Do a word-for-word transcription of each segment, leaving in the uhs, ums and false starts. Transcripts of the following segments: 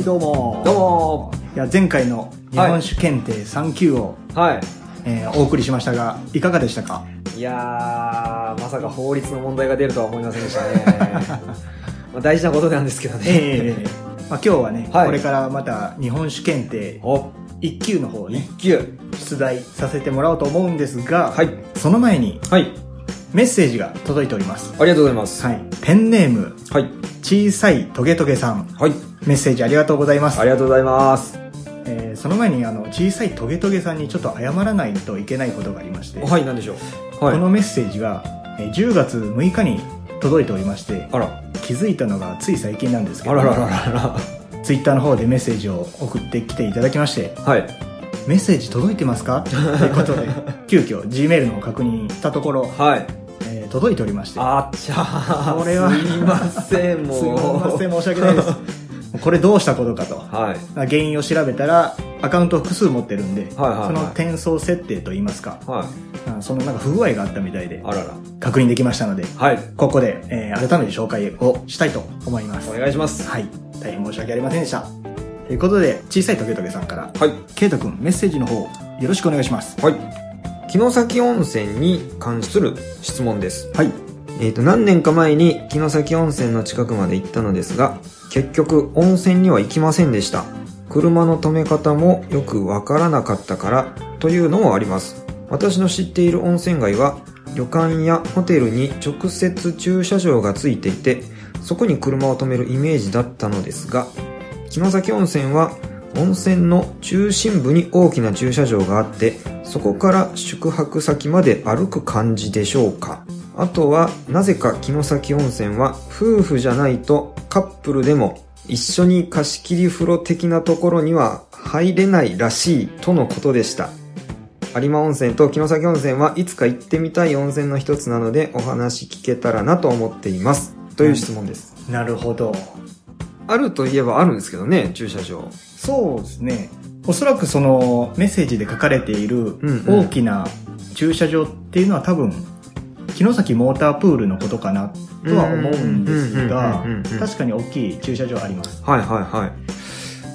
どうもどうもいや前回の日本酒検定さん級を、 はいえー、お送りしましたがいかがでしたか？ いやーまさか法律の問題が出るとは思いませんでしたねまあ大事なことなんですけどね、 えーまあ、今日はね、はい、これからまた日本酒検定いっ級の方をねいっ級出題させてもらおうと思うんですが、 はい、 その前に、 はい、 メッセージが届いております。 ありがとうございます、 はい、ペンネーム、 はい、 小さいトゲトゲさん、はい、メッセージありがとうございます。 ありがとうございます。 えー、その前にあの小さいトゲトゲさんにちょっと謝らないといけないことがありまして、 はい、何でしょう、はい、 このメッセージがじゅうがつむいかに届いておりまして、 あら気づいたのがつい最近なんですけど、 あらららららツイッターの方でメッセージを送ってきていただきまして、 はい、 メッセージ届いてますかということで急遽 G メールの確認したところ、はい、えー、届いておりまして、 あっちゃー、 これはすいません、もうすいません、申し訳ないですこれどうしたことかと、 はい、 原因を調べたらアカウントを複数持ってるんで、 はいはいはい、 その転送設定といいますか、はい、そのなんか不具合があったみたいで、 あらら確認できましたので、はい、ここで、えー、改めて紹介をしたいと思います。 お願いします。 はい、大変申し訳ありませんでした。ということで、小さいトゲトゲさんから、はい、ケイト君メッセージの方よろしくお願いします。 はい、城崎温泉に関する質問です。 はい、 えーと、何年か前に城崎温泉の近くまで行ったのですが、結局温泉には行きませんでした。車の止め方もよくわからなかったからというのもあります。私の知っている温泉街は旅館やホテルに直接駐車場がついていて、そこに車を止めるイメージだったのですが、城崎温泉は温泉の中心部に大きな駐車場があって、そこから宿泊先まで歩く感じでしょうか。あとはなぜか城崎温泉は夫婦じゃないとカップルでも一緒に貸し切り風呂的なところには入れないらしいとのことでした。有馬温泉と城崎温泉はいつか行ってみたい温泉の一つなので、お話聞けたらなと思っていますという質問です。 なるほど。 あるといえばあるんですけどね、駐車場。 そうですね。おそらくそのメッセージで書かれている大きな駐車場っていうのは多分城崎モータープールのことかなとは思うんですが、確かに大きい駐車場あります。 はいはいはい。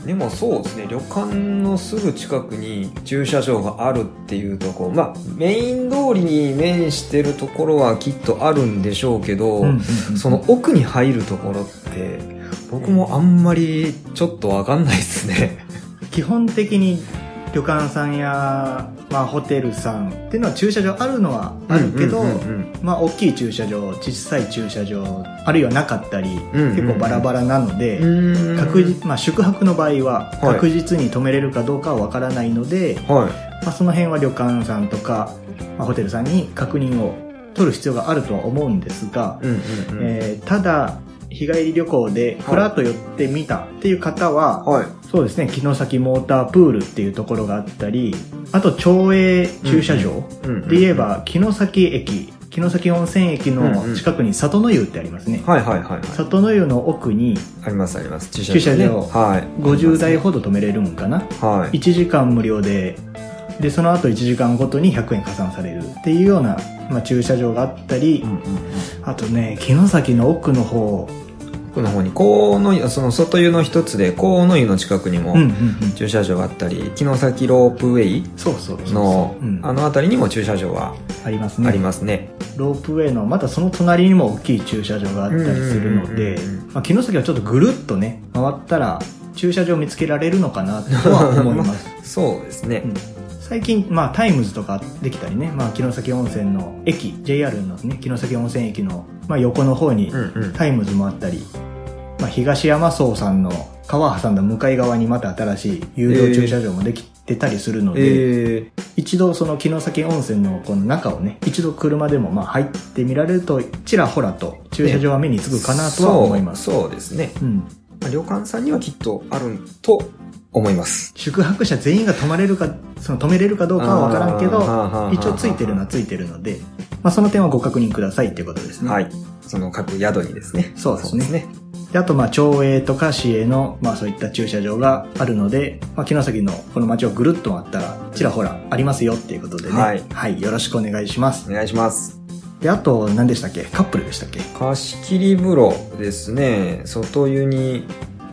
でもそうですね、旅館のすぐ近くに駐車場があるっていうところ、まあメイン通りに面してるところはきっとあるんでしょうけど、うんうんうん、その奥に入るところって僕もあんまりちょっとわかんないですね基本的に旅館さんや、まあ、ホテルさんっていうのは駐車場あるのはあるけど、まあ大きい駐車場、小さい駐車場あるいはなかったり、うんうんうん、結構バラバラなので、確実、まあ、宿泊の場合は確実に止めれるかどうかはわからないので、はい、まあ、その辺は旅館さんとか、まあ、ホテルさんに確認を取る必要があるとは思うんですが、うんうんうん、えー、ただ日帰り旅行でふらっと寄ってみたっていう方は、はい、そうですね、城崎モータープールっていうところがあったり、あと町営駐車場で言えば城崎駅、城崎温泉駅の近くに里の湯ってありますね。 はいはいはい、はい、 里の湯の奥にありますあります駐車場、 駐車場、はい、ごじゅうだいほど止めれるんかな、はい、いちじかん無料で、でその後いちじかんごとにひゃくえん加算されるっていうような、まあ、駐車場があったり、うんうんうん、あとね、城崎の奥の方奥の方に河野湯、その外湯の一つで河野湯の近くにも駐車場があったり、うんうんうん、城崎ロープウェイのあの辺りにも駐車場はありますね。ありますね。 ロープウェイのまたその隣にも大きい駐車場があったりするので、まあ、城崎はちょっとぐるっとね回ったら駐車場見つけられるのかなとは思いますそうですね、うん、 最近、まあ、タイムズとかできたりね、まあ、城崎温泉の駅 ジェイアール のね城崎温泉駅の、まあ、横の方にタイムズもあったり、うんうん、まあ、東山荘さんの川挟んだ向かい側にまた新しい有料駐車場もできてたりするので、えー、一度その城崎温泉のこの中をね一度車でもまあ入ってみられるとちらほらと駐車場は目につくかなとは思います、 ね、そう、そうですね、うん、まあ、旅館さんにはきっとあると思います。 宿泊者全員が泊まれるかその止めれるかどうかは分からんけど一応ついてるのはついてるので、まあ、その点はご確認くださいっていうことですね。 はい、その各宿にですね。 そうですね。そうですね。であとまあ町営とか市営のまあそういった駐車場があるので、まあ、城崎のこの町をぐるっと回ったらちらほらありますよっていうことでね、はい、はい、よろしくお願いします。 お願いします。 であと何でしたっけ、カップルでしたっけ。 貸し切り風呂ですね。外湯に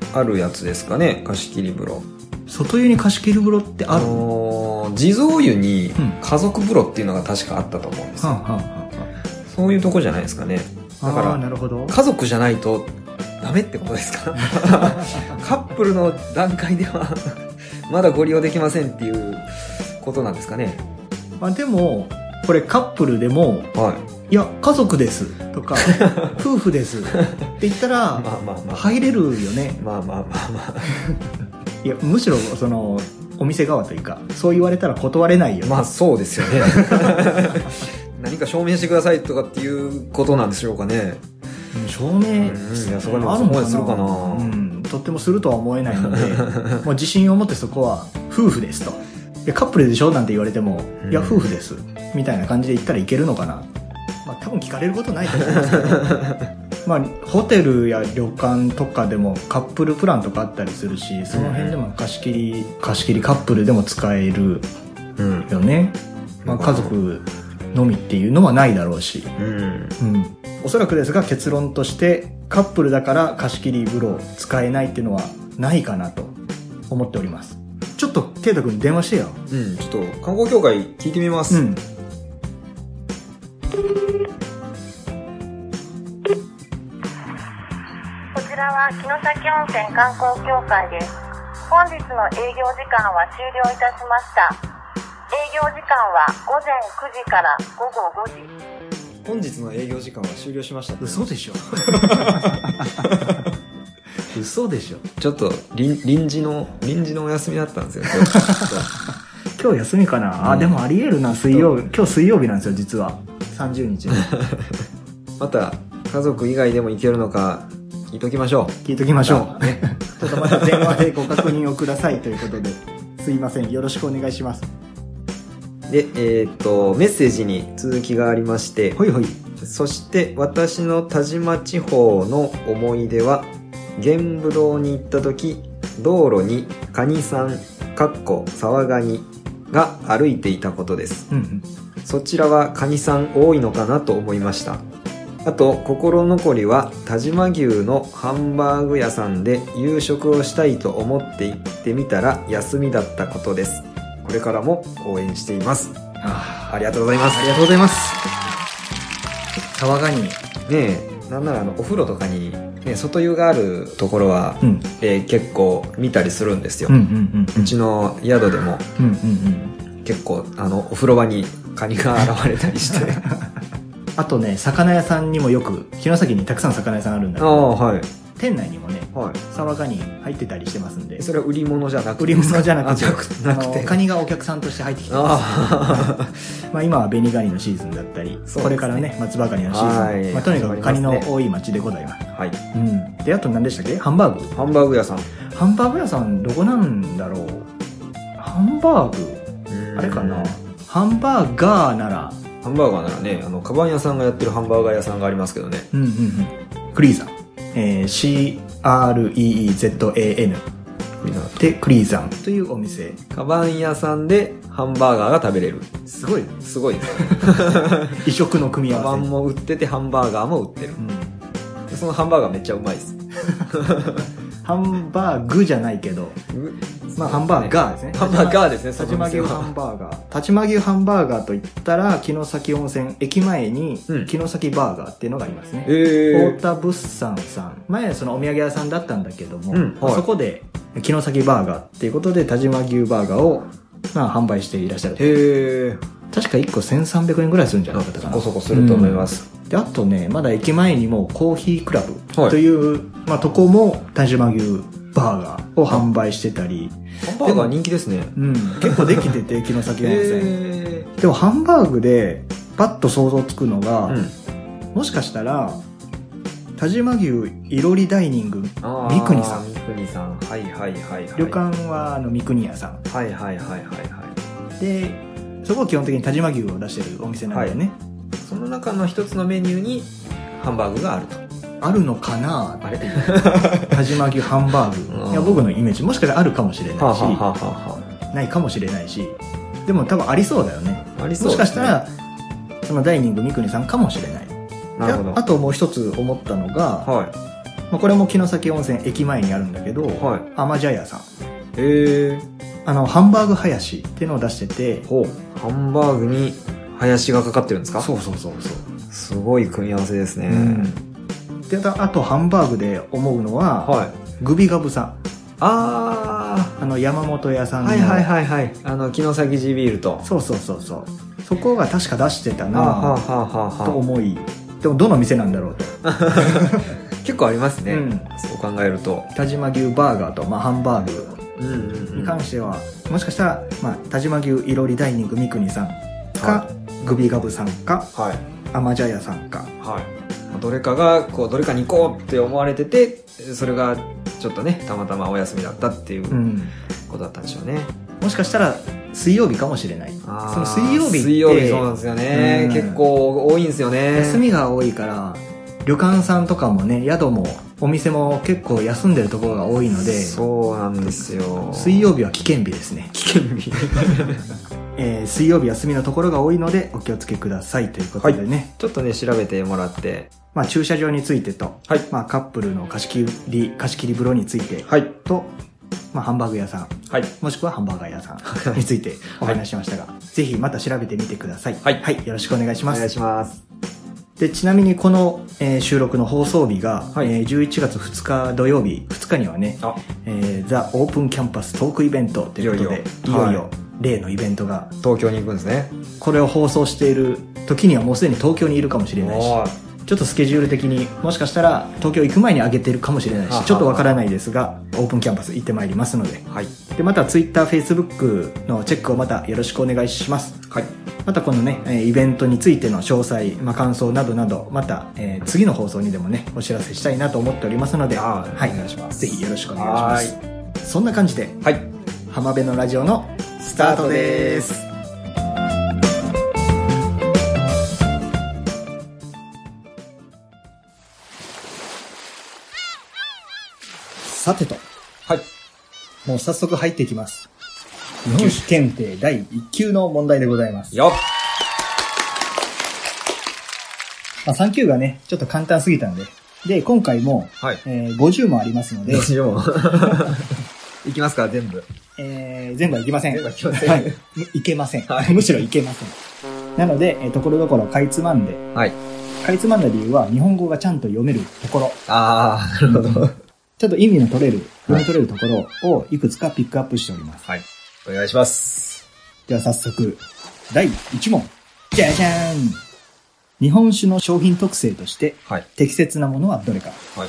あるやつですかね、貸し切り風呂。 外湯に貸し切り風呂ってある？ あのー、地蔵湯に家族風呂っていうのが確かあったと思うんですよ、 はあはあはあ、 そういうとこじゃないですかね。だからなるほど、 家族じゃないとダメってことですかカップルの段階ではまだご利用できませんっていうことなんですかね。 まあ、でもこれカップルでも、はい、いや家族ですとか夫婦ですって言ったらまあまあ、まあ、入れるよね。 まあまあまあまあいやむしろそのお店側というかそう言われたら断れないよね。 まあそうですよね何か証明してくださいとかっていうことなんでしょうかね。 証明、うん、いやそこにもそこまでするかな、 うん、とってもするとは思えないのでもう自信を持ってそこは夫婦ですと、いやカップルでしょなんて言われても、うん、いや夫婦ですみたいな感じで言ったらいけるのかな。まあ多分聞かれることないと思うんですけどまあホテルや旅館とかでもカップルプランとかあったりするし、その辺でも貸し切り貸し切りカップルでも使えるよね、うん、まあ、家族のみっていうのはないだろうし、うんうん、おそらくですが結論としてカップルだから貸し切り風呂使えないっていうのはないかなと思っております。ちょっと圭太君電話してよ。 うん、ちょっと観光協会聞いてみます。うん、こちらは城崎温泉観光協会です。本日の営業時間は終了いたしました。営業時間はごぜんくじからごごごじ。 本日の営業時間は終了しました。 嘘でしょ嘘でしょ。 ちょっと臨臨時の臨時のお休みだったんですよ今日休みかな、うん、あでもありえるな。水曜今日水曜日なんですよ実はさんじゅうにちにまた家族以外でも行けるのか聞いときましょう。 聞いときましょう、ね、ちょっとまた電話でご確認をくださいということですいません、よろしくお願いします。 で、えー、っとメッセージに続きがありまして、 ほいほい。 そして私の田島地方の思い出は玄武洞に行った時、道路にカニさんかっこ沢ガニが歩いていたことです、うんうん、そちらはカニさん多いのかなと思いました。あと心残りは但馬牛のハンバーグ屋さんで夕食をしたいと思って行ってみたら休みだったことです。これからも応援しています。あ, ありがとうございます。 ありがとうございます。沢ガニねえ、なんならあのお風呂とかに、ね、外湯があるところは、うん、えー、結構見たりするんですよ、うんうんうんうん、うちの宿でも、うんうんうん、結構あのお風呂場にカニが現れたりしてあとね魚屋さんにもよく城崎にたくさん魚屋さんあるんだけど、 はい、 店内にもね、はい、沢ガニ入ってたりしてますんで。 それは売り物じゃなくて売り物じゃなくてなくてカニがお客さんとして入ってきてますまあ今は紅ガニのシーズンだったり、ね、これからね松葉ガニのシーズン、はい、まあ、とにかくカニの多い町でございます。はい、うん、であと何でしたっけ、ハンバーグハンバーグ屋さんハンバーグ屋さんどこなんだろう。ハンバーグあれかな、ハンバーガーならハンバーガーならね、あのカバン屋さんがやってるハンバーガー屋さんがありますけどね、うんうんうん、 クリーザン、えー、シーアールイーイーゼットエーエヌ でクリーザンというお店。 カバン屋さんでハンバーガーが食べれる。 すごいすごいです異色の組み合わせ。 カバンも売っててハンバーガーも売ってる、うん、でそのハンバーガーめっちゃうまいですハンバーグじゃないけど、まあハンバーガーですね。 ハンバーガーですね。 但馬牛ハンバーガー。但馬牛ハンバーガーといったら城崎温泉駅前に城崎バーガーっていうのがありますね。太田物産さん。前そのお土産屋さんだったんだけども、うん、はい、そこで城崎バーガーっていうことで但馬牛バーガーをまあ販売していらっしゃる。 へー。 確かいっこせんさんびゃくえんぐらいするんじゃなかったかな。 そこそこすると思います。 うん、であとね、まだ駅前にもコーヒークラブという、はい、まあとこも但馬牛バーガーを販売してたり。 ハンバーガー人気ですね。 うん、結構できてて城崎温泉。でもハンバーグでパッと想像つくのが、うん、もしかしたら但馬牛いろりダイニング三国さん。 三国さん、はいはいはい、はい。 旅館はあの三国屋さん。 はいはいはいはいはい。 で、そこは基本的に但馬牛を出してるお店なんだよね、はい。 その中の一つのメニューにハンバーグがあると。 あるのかなあれ但馬牛ハンバーグ。いや僕のイメージもしかしたらあるかもしれないし、ははははないかもしれないし、でも多分ありそうだよね。ありそうですね。もしかしたらそのダイニング三国さんかもしれない。なるほど。あともう一つ思ったのが、はい、 まあ、これも城崎温泉駅前にあるんだけど、 はい。 アマジャヤさん。 へえ。 あの、ハンバーグハヤシっていうのを出してて、 ほう。ハンバーグにハヤシがかかってるんですか？ そうそうそうそう。 すごい組み合わせですね。 うん、で、あとハンバーグで思うのは、はい、グビガブさん。 ああ、あの山本屋さんの。 はいはいはいはい。あの、城崎地ビールと。 そうそうそうそう。そこが確か出してたなと思い。でもどの店なんだろうと。 結構ありますね。うん、そう考えると。 田島牛バーガーと、まあ、ハンバーグ。に関してはもしかしたら、まあ、田島牛いろりダイニング三国さんか、はい、グビガブさんか、はい、アマジャヤさんか、はい、 どれかがこうどれかに行こうって思われてて、それがちょっとねたまたまお休みだったっていうことだったんでしょうね、 うん、もしかしたら水曜日かもしれない。その水曜日って水曜日そうなんですよね、うん、結構多いんですよね。 休みが多いから旅館さんとかもね、宿もお店も結構休んでるところが多いので、 そうなんですよ。 水曜日は危険日ですね。 危険日、 えー、水曜日休みのところが多いのでお気をつけくださいということでね、はい、 ちょっとね調べてもらって、 まあ、駐車場についてと、はい、まあ、カップルの貸し切り貸し切り風呂について、はい、と、まあ、ハンバーグ屋さん、はい、もしくはハンバーガー屋さんについてお話ししましたが、はい、ぜひまた調べてみてください。はい、はい、よろしくお願いします。 お願いします。 でちなみにこの、えー、収録の放送日が、はい、えー、じゅういちがつふつか土曜日、ふつかにはね、えー、ザ・オープンキャンパストークイベントということで、いよいよ例のイベントが東京に行くんですね。 これを放送している時にはもうすでに東京にいるかもしれないし、ちょっとスケジュール的にもしかしたら東京行く前に上げてるかもしれないし、ちょっとわからないですが、オープンキャンパス行ってまいりますので、はい、でまた Twitter、Facebook のチェックをまたよろしくお願いします。はい、またこのねイベントについての詳細、まあ、感想などなどまた、えー、次の放送にでもねお知らせしたいなと思っておりますので、はい、お願いします。ぜひよろしくお願いします。そんな感じで、はい、浜辺のラジオのスタートです。さてと、はい、もう早速入っていきます。日本史検定だいいっ級の問題でございます。よっ、まあ、さん級がねちょっと簡単すぎたので、で今回も、はい、えー、ごじゅうもありますのでごじゅうもいきますか全部。 えー、全部はいきません。 全部はいきません。 はい、いけません、はい、むしろいけません。なので、えー、ところどころかいつまんで、はい、かいつまんだ理由は日本語がちゃんと読めるところ。ああ、なるほど。ちょっと意味の取れる、読み取れるところをいくつかピックアップしております。はい。 お願いします。 では早速、だいいち問。じゃじゃーん。日本酒の商品特性として、はい、適切なものはどれか。はい、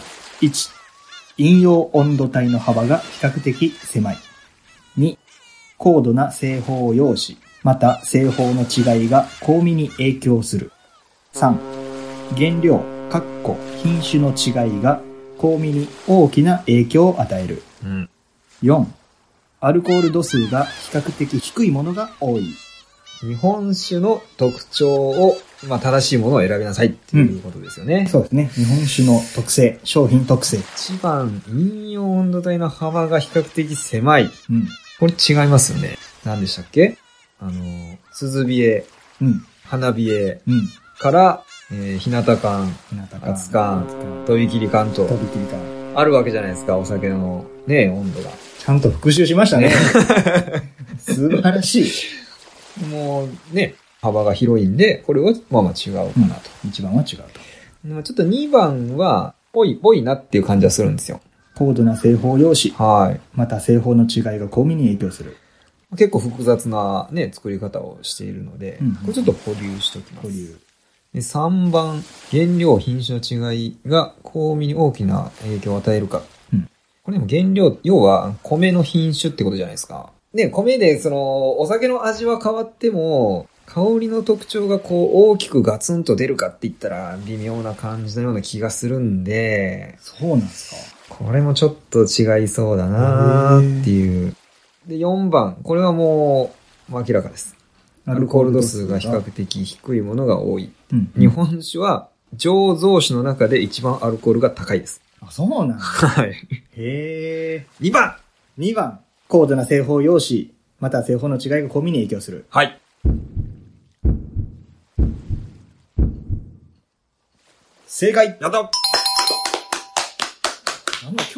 いち、飲用温度帯の幅が比較的狭い。に、高度な製法用紙、また製法の違いが香味に影響する。さん、原料、かっこ品種の違いが香味に大きな影響を与える。うん、よん、アルコール度数が比較的低いものが多い。 日本酒の特徴を、まあ、正しいものを選びなさいっていうことですよね。 うん、そうですね。日本酒の特性、商品特性。 一番、飲用温度帯の幅が比較的狭い。うん、これ違いますよね。何でしたっけ？あの、鈴冷え、うん、花冷え、うん、から、えー、日向缶、熱缶、飛び切り缶と、飛び切り缶。あるわけじゃないですか、お酒のね、温度が。 ちゃんと復習しましたね。素晴らしい。 もうね、幅が広いんで、これはまあまあ違うかなと。 うん、いちばんは違うと。 でもちょっとにばんは、ぽいぽいなっていう感じはするんですよ。 高度な製法用紙。はい。また製法の違いが香味に影響する。 結構複雑なね、作り方をしているので、うん、これちょっと保留しておきます。保留。でさんばん、原料、品種の違いが香味に大きな影響を与えるか。うん、これでも原料、要は米の品種ってことじゃないですか。ね、米でその、お酒の味は変わっても、香りの特徴がこう大きくガツンと出るかって言ったら微妙な感じのような気がするんで。 そうなんですか。これもちょっと違いそうだなーっていう。で、よんばん、これはもう明らかです。アルコール度数が比較的低いものが多い。うんうん、日本酒は醸造酒の中で一番アルコールが高いです。 あ、そうなんだ。 はい。 へー。 にばん ! に 番。高度な製法用紙、また製法の違いが香味に影響する。 はい。 正解。 やった。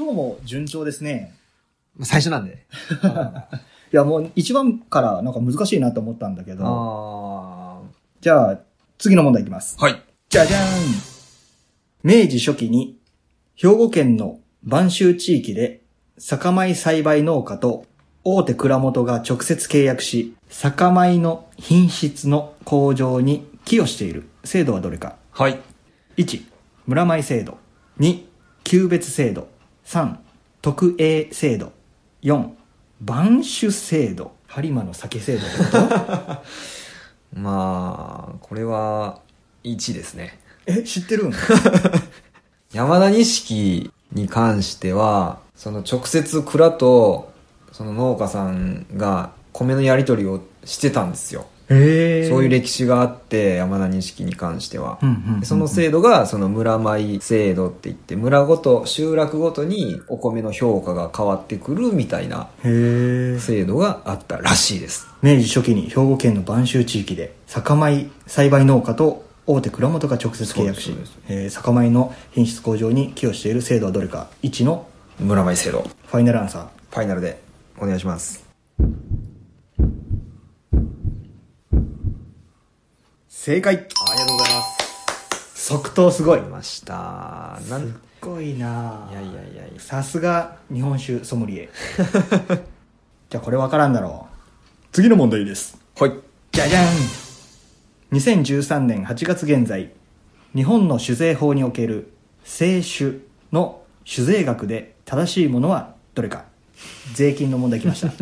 今日も順調ですね。 最初なんで。 いや、もう一番からなんか難しいなと思ったんだけど。 あじゃあ、次の問題いきます。 はい。 じゃじゃーん。明治初期に、兵庫県の播州地域で、酒米栽培農家と大手蔵元が直接契約し、酒米の品質の向上に寄与している制度はどれか。 はい。 いち、村米制度。に、級別制度。さん、特 A 制度。よん、播州制度。播磨の酒制度ってことまあ、これはいちですね。 え、知ってるん山田錦に関しては、その直接蔵とその農家さんが米のやり取りをしてたんですよ。 へー。 そういう歴史があって、山田錦に関しては、 うんうんうんうん、 その制度がその村米制度って言って、村ごと集落ごとにお米の評価が変わってくるみたいな制度があったらしいです。 明治初期に兵庫県の播州地域で酒米栽培農家と大手蔵元が直接契約し、えー、酒米の品質向上に寄与している制度はどれか。いちの村米制度。 ファイナルアンサー。 ファイナルでお願いします。 正解。ありがとうございます。即答すごい。 出ました。 すっごいな。 いやいやいやいや。 さすが日本酒ソムリエ。じゃあこれ分からんだろう。次の問題です。 はい。 じゃじゃん。にせんじゅうさんねんはちがつ現在、日本の酒税法における清酒の酒税額で正しいものはどれか。税金の問題きました。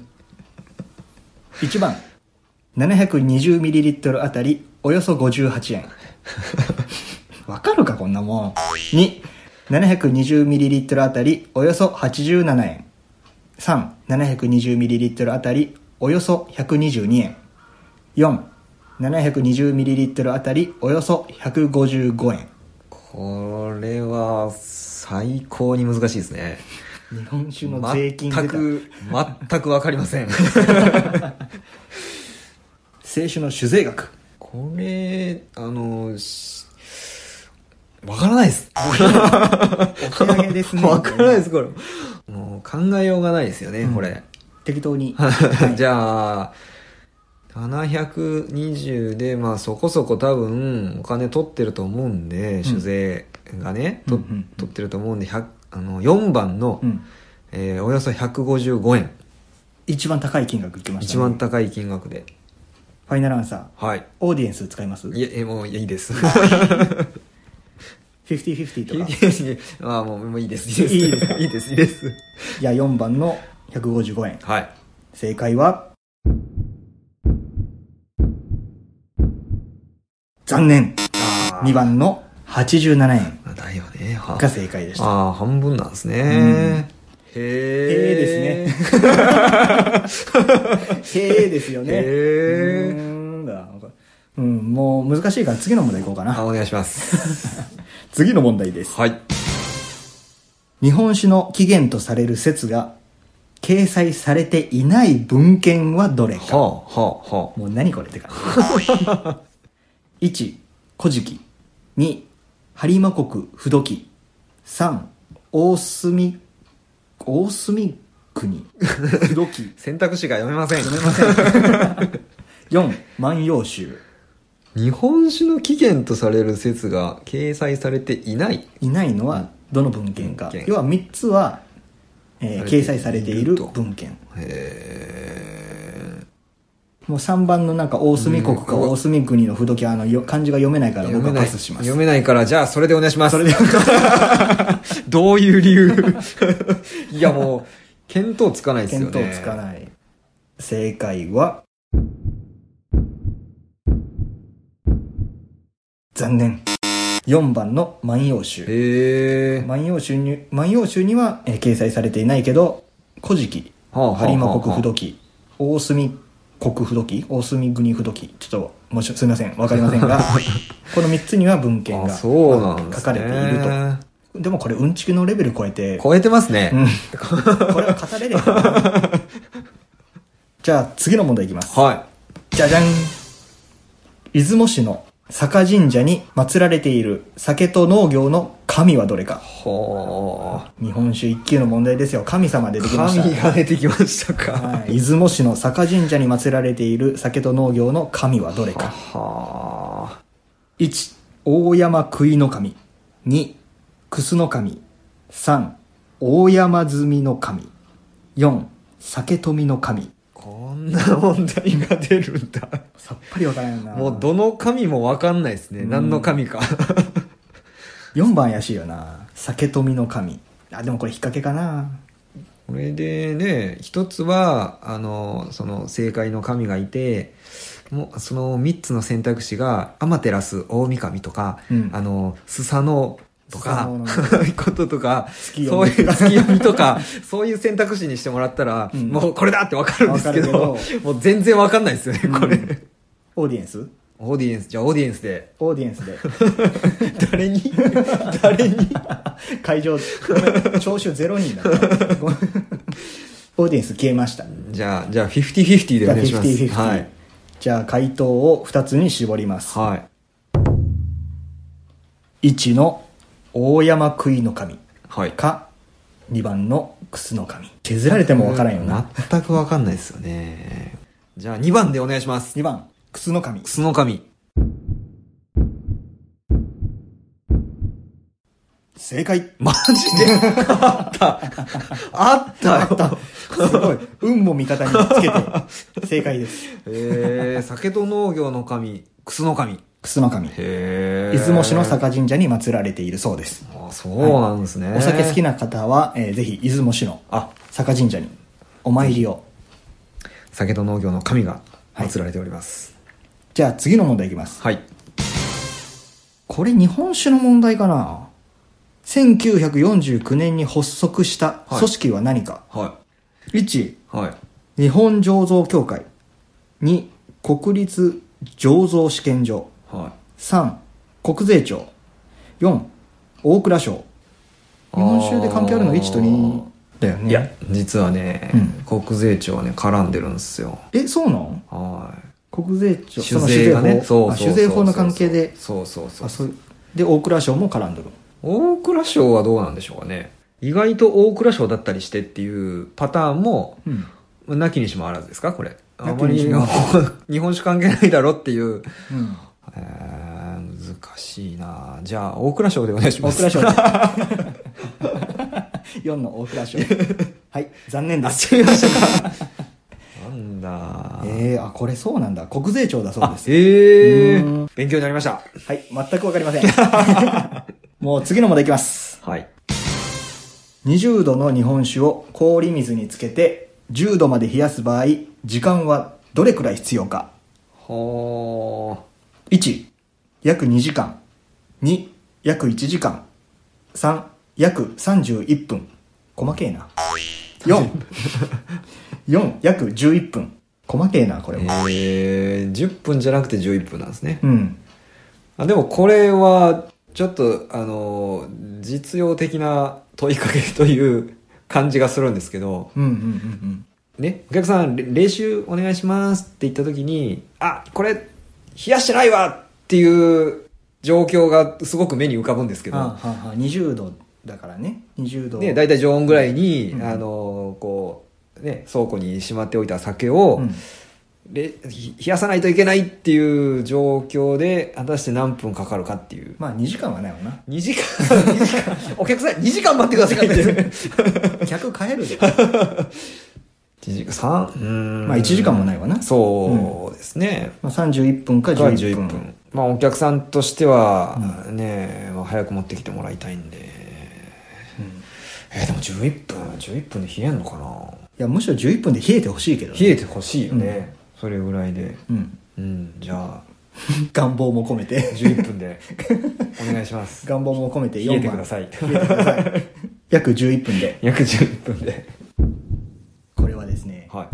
いちばん、ななひゃくにじゅうミリリットル あたりおよそごじゅうはちえん。わかるかこんなもん。に、ななひゃくにじゅうミリリットル あたりおよそはちじゅうななえん。さん、ななひゃくにじゅうミリリットル あたりおよそひゃくにじゅうにえん。よん、ななひゃくにじゅうミリリットル あたりおよそひゃくごじゅうごえん。 これは最高に難しいですね。 日本酒の税金全く全く分かりません。 清酒の酒税額。 これあの分からないです。 お手上げですね。 分からないですこれ。もう考えようがないですよね、うん、これ。 適当に。 じゃあななひゃくにじゅうでまあそこそこ多分お金取ってると思うんで、うん、酒税がね、と、うんうんうん、取ってると思うんであのよんばんの、うんえー、およそひゃくごじゅうごえん。 一番高い金額いきましたね。 一番高い金額で。 ファイナルアンサー。 はい。 オーディエンス使います？ いや、もういいです。フィフティフィフティとか。 ああ、もう、もういいです。いいです。 いいですか？ いいです、いいです。 じゃあよんばんのひゃくごじゅうごえん。 はい。 正解は、残念。にばんのはちじゅうななえん。 だよね。 が正解でした。 ああ、半分なんですね。うん、へえ。へえですね。へえですよね。へえ。うんだ。うん、もう難しいから次の問題いこうかな。 あ、お願いします。 次の問題です。 はい。 日本酒の起源とされる説が掲載されていない文献はどれか。 はあ、はあ、はあ。もう何これって感じ。いち、古事記。に、播磨国不土記。さん、大隅、大隅国不土記。 選択肢が読めません。 読めません。よん、万葉集。 日本酒の起源とされる説が掲載されていない。 いないのはどの文献か。要はみっつは、えー、掲載されている文献。 へー。もうさんばんのなんか大隅国か大隅国の不土記はあの漢字が読めないから僕はパスします。 読めないからじゃあそれでお願いします。それでどういう理由？いやもう見当つかないですよね。 見当つかない。正解は残念。よんばんの万葉集。 へー。 万葉集に、万葉集には、えー、掲載されていないけど、古事記、播磨国不土記、大隅国不土記、大隅国不土記、ちょっと、もし、すみません、わかりませんが、このみっつには文献が、 そうなんですね、 書かれていると。でもこれ、うんちくのレベル超えて。 超えてますね。 うん。これは語れれば。じゃあ、次の問題いきます。 はい。 じゃじゃん。出雲市の坂神社に祀られている酒と農業の神はどれか。 ほー。 日本酒一級の問題ですよ。神様出てきました。 神が出てきましたか。 はい、出雲市の坂神社に祀られている酒と農業の神はどれか。 はー。いち、大山杭の神。に、楠の神。さん、大山積の神。よん、酒富の神。 こんな問題が出るんだ。 さっぱりわからんな。 もうどの神もわかんないですね。何の神か。 よんばん怪しいよな。酒富の神。あ、でもこれ引っ掛けかな。 これでね、一つは、あの、その正解の神がいて、もうその三つの選択肢が、アマテラス大神とか、うん、あの、スサノとか、こととか、そういう月読みとか、そういう選択肢にしてもらったら、うん、もうこれだってわかるんですけど、けどもう全然わかんないですよね、これ。うん、 オーディエンスオーディエンス、じゃあオーディエンスで。 オーディエンスで。 誰に誰に会場、聴取ゼロにんだった。オーディエンス消えました。 じゃあ、じゃあ、フィフティフィフティでお願いします。 フィフティフィフティ。はい。じゃあ、回答をふたつに絞ります。 はい。 いちの大山杭の神。 はい。 か、にばんの楠の神。削られてもわからんよな。 全くわかんないですよね。じゃあ、にばんでお願いします。 にばん。楠の神。 楠の神。 正解。 マジであったあったあったすごい。運も味方につけて正解です。 えー、酒と農業の神、楠の神。 楠の神。 へ出雲市の坂神社に祀られているそうです。 あ、そうなんですね。 はい、お酒好きな方は、えー、ぜひ出雲市の坂神社にお参りを。 酒と農業の神が祀られております。 はい、じゃあ次の問題いきます。 はい。 これ日本酒の問題かな。せんきゅうひゃくよんじゅうきゅうねんに発足した組織は何か。 はい。 いち、 はい、 日本醸造協会。に、国立醸造試験場。 はい、 さん、国税庁。よん、大蔵省。日本酒で関係あるのいちとにだよね。 いや、実はね、うん、国税庁はね、絡んでるんですよ。 え、そうなの？ はい。 国税庁、 酒税がね、 そうそうそうそう、酒税法の関係で。 そうそうそう。 あ、そう。で、大蔵省も絡んでる。 大蔵省はどうなんでしょうかね。意外と大蔵省だったりしてっていうパターンも、うん、なきにしもあらずですか、これ。あまり日本酒関係ないだろっていう。うん、えー、難しいな。じゃあ、大蔵省でお願いします。 大蔵省で。よんの大蔵省。はい、残念です。 あ、違いましたか。なんだ。 えー、あ、これそうなんだ。国税庁だそうです。 ええー、勉強になりました。 はい、全くわかりません。もう次の問題いきます。 はい。 にじゅうどの日本酒を氷水につけてじゅうどまで冷やす場合、時間はどれくらい必要か。 はー。いち、約にじかん。に、約いちじかん。さん、約さんじゅういっぷん。細けえな。よん、よん、約じゅういっぷん。細けえな、これは。 えー、じゅっぷんじゃなくてじゅういっぷんなんですね。 うん。 あ、でもこれは、ちょっと、あの、実用的な問いかけという感じがするんですけど、 うんうんうんうん。 ね、お客さん、練習お願いしますって言った時に、あ、これ、冷やしてないわっていう状況がすごく目に浮かぶんですけど、 はあはあ、にじゅうどだからね、にじゅうど。 ね、だいたい常温ぐらいに、うん、あの、こう、ね、倉庫にしまっておいた酒を、うん冷やさないといけないっていう状況で果たして何分かかるかっていう。 まあにじかんはないわな。 にじかんにじかんお客さんにじかん待ってくださいって客帰るで。いちじかんさんうーんまあいちじかんもないわな。 そうですね、 うんまあ、さんじゅういっぷんかじゅういっぷん。 まあお客さんとしてはね、まあ、早く持ってきてもらいたいんで、うん、えー、でもじゅういっぷんじゅういっぷんで冷えんのかな。 いやむしろじゅういっぷんで冷えてほしいけど、ね、 冷えてほしいよね、うんそれぐらいで。うん。うん。じゃあ。 願望も込めて。 じゅういっぷんで。お願いします。 願望も込めてよんばん。冷えてください。 冷えてください。約じゅういっぷんで。 約じゅういっぷんで。 これはですね。 はい。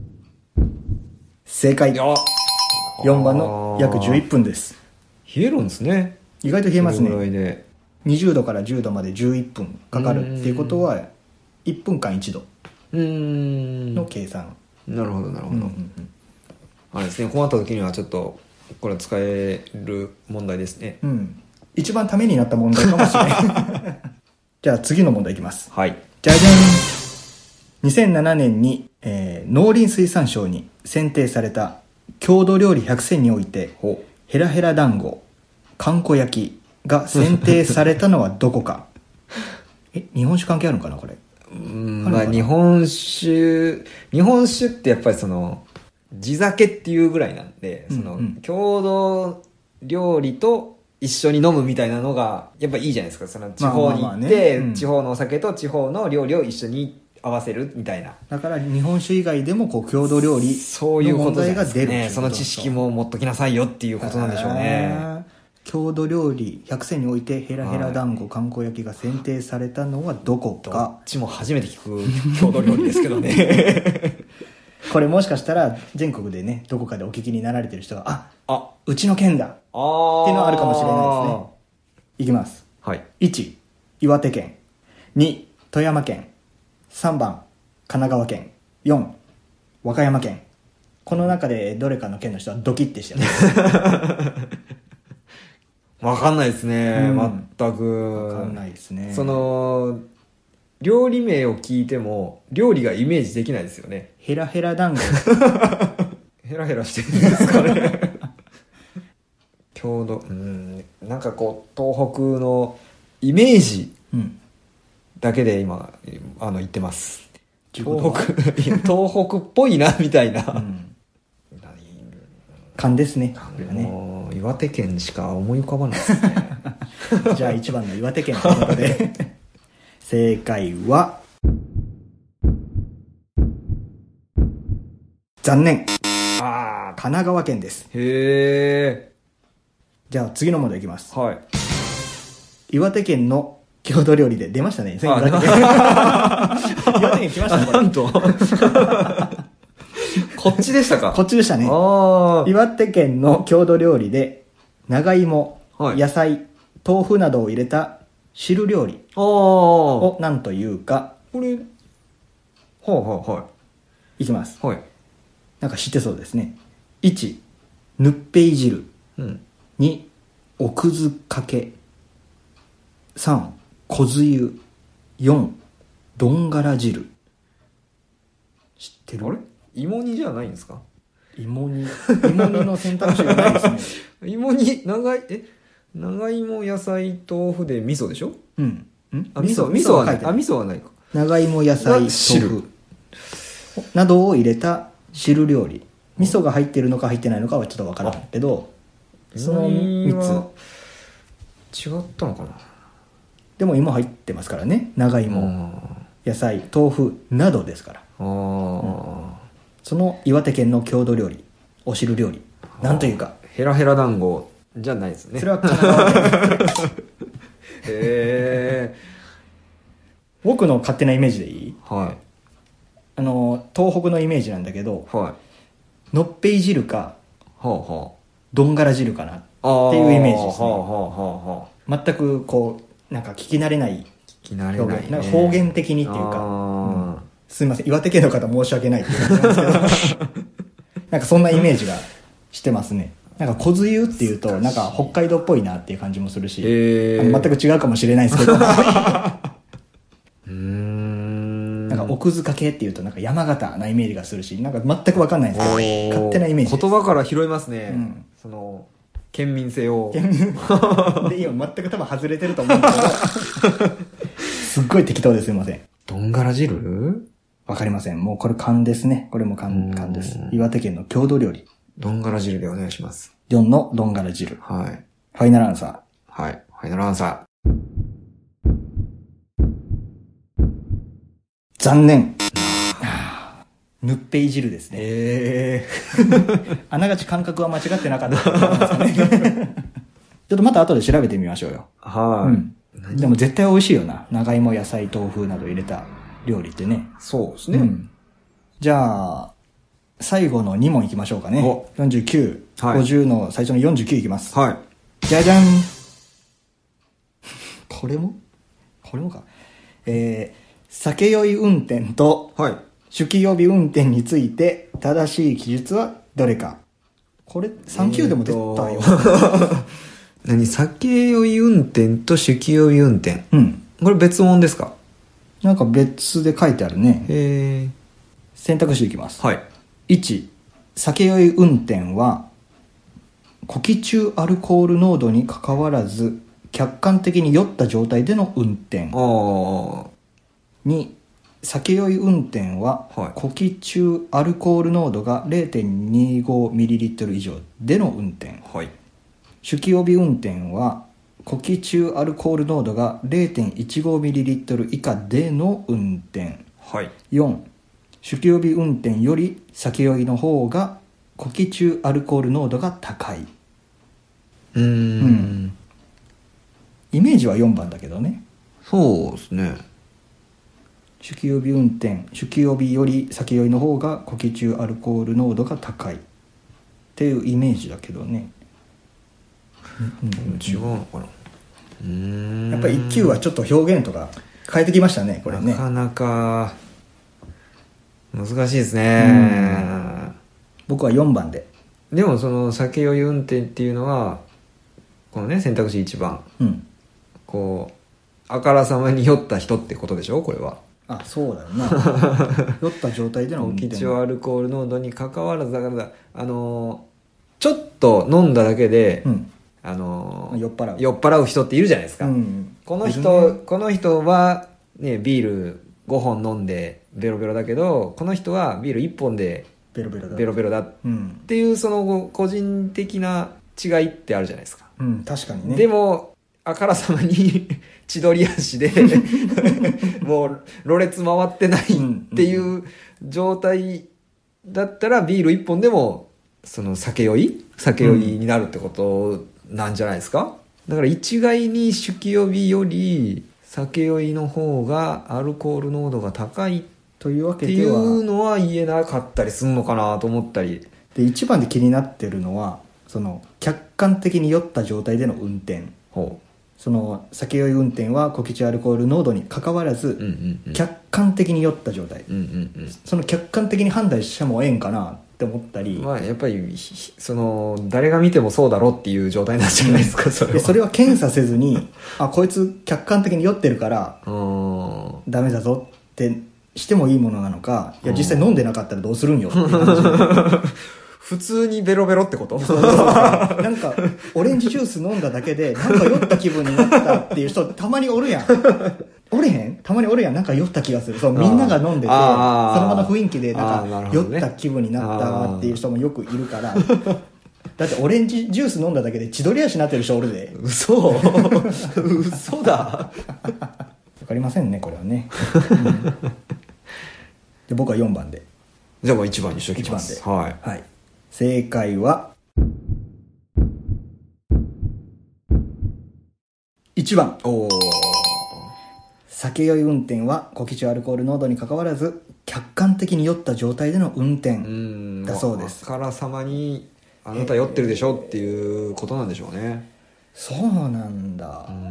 正解。よんばんの約じゅういっぷんです。 冷えるんですね。 意外と冷えますね。 それぐらいで。 にじゅうどからじゅうどまでじゅういっぷんかかるっていうことは、いっぷんかんいちどの計算。 なるほど、なるほど。うんうんうんあれですね、困った時にはちょっとこれは使える問題ですね。 うん。一番ためになった問題かもしれない。じゃあ次の問題いきます。 はい。 じゃじゃん。にせんななねんに、えー、農林水産省に選定された郷土料理ひゃくせんにおいて、ヘラヘラ団子、かんこ焼きが選定されたのはどこか。え、日本酒関係あるのかなこれ。 うん、まあ日本酒、日本酒ってやっぱりその、地酒っていうぐらいなんで、その、うんうん、郷土料理と一緒に飲むみたいなのが、やっぱいいじゃないですか。その地方に行って、地方のお酒と地方の料理を一緒に合わせるみたいな。 だから日本酒以外でもこう郷土料理の問題が出る。 ね、その知識も持っときなさいよっていうことなんでしょうね。 郷土料理ひゃくせんにおいてヘラヘラ団子、かんこ焼きが選定されたのはどこか。 どっちも初めて聞く郷土料理ですけどね。 これもしかしたら全国でね、どこかでお聞きになられてる人が、あ、あ、うちの県だっていうのはあるかもしれないですね。いきます。 はい。 いち、岩手県。に、富山県。さんばん、神奈川県。よん、和歌山県。この中でどれかの県の人はドキッてしてます。 わかんないですね、うん、全く。 わかんないですね。 その、料理名を聞いても、料理がイメージできないですよね。 ヘラヘラ団子。 ヘラヘラしてるんですかね。郷土、うん、なんかこう、東北のイメージだけで今、あの、言ってます。東北、東北っぽいな、みたいな。うん、 勘ですね。 ね、岩手県しか思い浮かばないですね。 じゃあいちばんの岩手県ということで正解は残念。ああ、神奈川県です。 へえ。 じゃあ次の問題いきます。 はい。 岩手県の郷土料理で出ましたね。岩手県。岩手県来ましたね。 なんと。こっちでしたか。 こっちでしたね。岩手県の郷土料理で長芋、はい、野菜、豆腐などを入れた汁料理を何というか。 これ、はいはいはい。 いきます。 はい。 なんか知ってそうですね。いち、ぬっぺい汁。 うん、 に、おくずかけ。さん、こず湯。よん、どんがら汁。知ってる？ あれ？芋煮じゃないんですか？ 芋煮。芋煮の選択肢がないですね。 芋煮、長い、え長芋、野菜、豆腐で味噌でしょ？ うん。んあ、味噌、味噌はない。あ、味噌はないか。 長芋、野菜、豆腐などを入れた汁料理。味噌が入ってるのか入ってないのかはちょっとわからんけど、そのみっつ。違ったのかな？ でも芋入ってますからね。長芋、野菜、豆腐などですから。 ああ。うんその岩手県の郷土料理、お汁料理、なんというか。 ヘラヘラ団子じゃないですね。 それは神奈川県。 へえ。 僕の勝手なイメージでいい？ はい。 あの、東北のイメージなんだけど、 はい。 のっぺい汁か、 はあはあ、 どんがら汁かなっていうイメージですね。 はあはあはあ、全くこう、なんか聞き慣れない。 聞き慣れない、ね。 なんか方言的にっていうか。うんすみません、岩手県の方申し訳ないって言うんですけどなんかそんなイメージがしてますね。なんか小梅雨っていうとなんか北海道っぽいなっていう感じもするし、 えー、 あの全く違うかもしれないですけどうーんなんか奥津かけっていうとなんか山形なイメージがするし、なんか全く分かんないんですけど勝手なイメージです。 言葉から拾いますね、うん、その県民性を県民で今全く多分外れてると思うんですけどすっごい適当ですいません。 どんがら汁わかりません。もうこれ勘ですね。これも勘、勘です。岩手県の郷土料理。 どんがら汁でお願いします。 よんのどんがら汁。 はい。 ファイナルアンサー。 はい。ファイナルアンサー。 残念。ぬっぺい汁ですね。 えー、あながち感覚は間違ってなかったと思いますかね。ちょっとまた後で調べてみましょうよ。 はい、 うん。でも絶対美味しいよな。長芋、野菜、豆腐など入れた料理ってね。 そうですね。うん、 じゃあ、最後のに問いきましょうかね。よんじゅうきゅう、はい、ごじゅうの最初のよんじゅうきゅういきます。 はい。 じゃじゃん。これもこれもか。えー、酒酔い運転と、 はい。 酒気帯び運転について正しい記述はどれか。 これさん級でも出たよ、 えー、何酒酔い運転と酒気帯び運転、 うん、 これ別物ですか？ なんか別で書いてあるね。 へえ。 選択肢いきます。 はい。 いち、酒酔い運転は呼気中アルコール濃度にかかわらず客観的に酔った状態での運転。 ああ。 に、酒酔い運転は呼気中アルコール濃度が れいてんにごミリリットル 以上での運転。 はい。 酒気帯び運転は呼気中アルコール濃度が れいてんいちごミリリットル 以下での運転。 はい。 よん、酒気帯び運転より酒酔いの方が呼気中アルコール濃度が高い。 うーん、うん、 イメージはよんばんだけどね。 そうですね。 酒気帯び運転、酒気帯びより酒酔いの方が呼気中アルコール濃度が高いっていうイメージだけどね。 うんうんうん、違うのかな。うーん、 やっぱりいっ級はちょっと表現とか変えてきましたね、これね。 なかなか難しいですね。 僕はよんばんで。 でもその酒酔い運転っていうのはこのね選択肢いちばん、うん、こうあからさまに酔った人ってことでしょ、これは。 あ、そうだよな酔った状態での運転。 呼気中アルコール濃度にかかわらずだからあのちょっと飲んだだけで、うん、あの酔っ払う酔っ払う人っているじゃないですか、うん、この人、ね、この人は、ね、ビールごほん飲んでベロベロだけどこの人はビールいっぽんでベロベロだベロベロだっていう、その個人的な違いってあるじゃないですか、 うん、確かにね。 でもあからさまに千鳥足でもうろれつ回ってないっていう状態だったらビールいっぽんでもその酒酔い酒酔いになるってことなんじゃないですか。だから一概に酒気帯びより酒酔いの方がアルコール濃度が高いというわけっていうのは言えなかったりするのかなと思ったりで、一番で気になってるのはその客観的に酔った状態での運転。ほう、その酒酔い運転は呼気中アルコール濃度にかかわらず、うんうんうん、客観的に酔った状態、うんうんうん、その客観的に判断してもええんかなって思ったり、 まあ、やっぱりその誰が見てもそうだろっていう状態なんじゃないですか、それは。 でそれは検査せずにあこいつ客観的に酔ってるからダメだぞってしてもいいものなのか、いや実際飲んでなかったらどうするんよっていう話普通にベロベロってこと？ なんかオレンジジュース飲んだだけでなんか酔った気分になったっていう人たまにおるやん。おれへん？たまにおるやん。なんか酔った気がする。そう、みんなが飲んでてその場の雰囲気でなんか酔った気分になったっていう人もよくいるから。だってオレンジジュース飲んだだけで千鳥足になってる人おるで。 嘘嘘だ。 わかりませんねこれはね。うん、で僕はよんばんで。 じゃあもういちばんにしときます。 いちばんで。はい。はい。正解はいちばん。おー。酒酔い運転は呼気中アルコール濃度にかかわらず客観的に酔った状態での運転だそうです。 あからさまにあなた酔ってるでしょっていうことなんでしょうね。 そうなんだ。うん、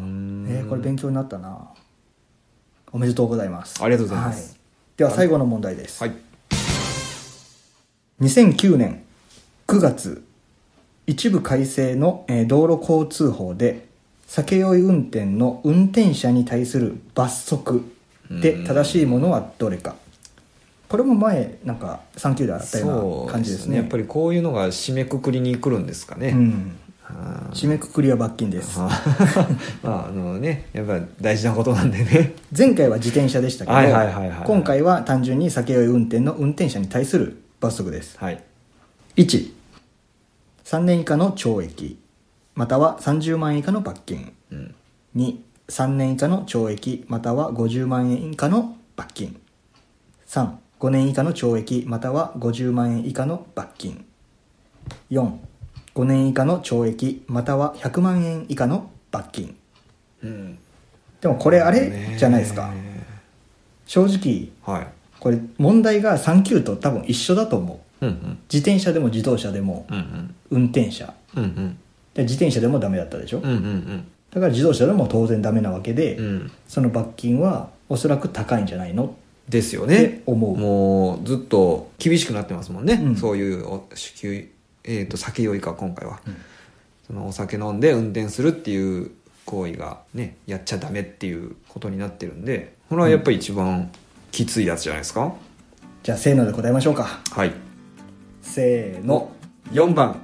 えー、これ勉強になったな。おめでとうございます。 ありがとうございます。 はい、では最後の問題です。 はい。 にせんきゅうねんくがつ一部改正の道路交通法で酒酔い運転の運転者に対する罰則で正しいものはどれか。これも前なんかさん級であったような感じですね。そうですね。 やっぱりこういうのが締めくくりに来るんですかね。うん、 締めくくりは罰金です。 まああのね、やっぱ大事なことなんでね。 前回は自転車でしたけど、 はいはいはいはい、 今回は単純に酒酔い運転の運転者に対する罰則です。 はい、 いち、さんねん以下の懲役またはさんじゅうまんえん以下の罰金、うん、に、さんねん以下の懲役またはごじゅうまんえん以下の罰金、さん、ごねん以下の懲役またはごじゅうまんえん以下の罰金、よん、ごねん以下の懲役またはひゃくまんえん以下の罰金、うん、でもこれあれじゃないですか、正直、はい、これ問題がさん級と多分一緒だと思う、うんうん、自転車でも自動車でも、うんうん、運転者、うんうん、で自転車でもダメだったでしょ、うんうんうん、だから自動車でも当然ダメなわけで、うん、その罰金はおそらく高いんじゃないのですよね。 って思う。 もうずっと厳しくなってますもんね、うん、そういう酒えー、と酒酔いか今回は、 うん、 そのお酒飲んで運転するっていう行為がねやっちゃダメっていうことになってるんで、これはやっぱり一番きついやつじゃないですか、うん、 じゃあせーので答えましょうか。 はい、 せーの、 よんばん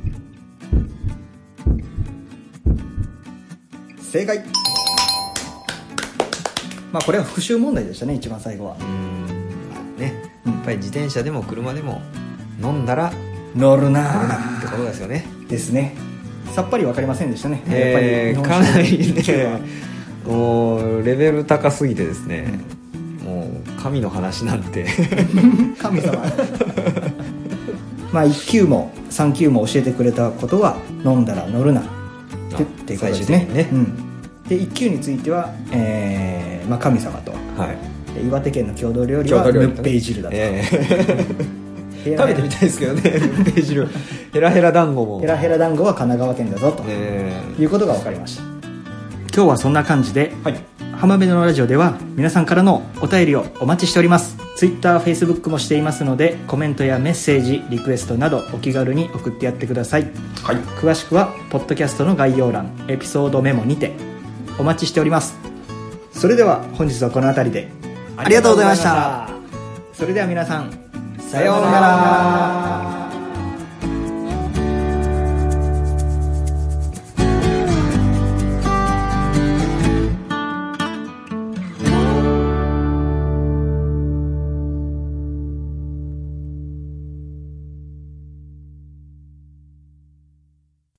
正解。まあこれは復習問題でしたね、一番最後は。 うーんね、やっぱり自転車でも車でも飲んだら乗るな乗るなってことですよね。 ですね。さっぱり分かりませんでしたね、 えー、 やっぱりかなりねもうレベル高すぎてですね、うん、もう神の話なんて神様まあいっ級もさん級も教えてくれたことは飲んだら乗るなってっていうことですね。 ね、うん、 でいっ級については、えーまあ、神様と、 はい、 岩手県の郷土料理はヌッペイ汁だと、 えー、食べてみたいですけどねヌッペイ汁ヘラヘラ団子もヘラヘラ団子は神奈川県だぞと、えー、いうことが分かりました。今日はそんな感じで、はい、浜辺のラジオでは皆さんからのお便りをお待ちしております。 Twitter、Facebook もしていますので、コメントやメッセージ、リクエストなどお気軽に送ってやってください、はい、詳しくはポッドキャストの概要欄、エピソードメモにてお待ちしております。それでは本日はこの辺りでありがとうございました。それでは皆さん、さようなら。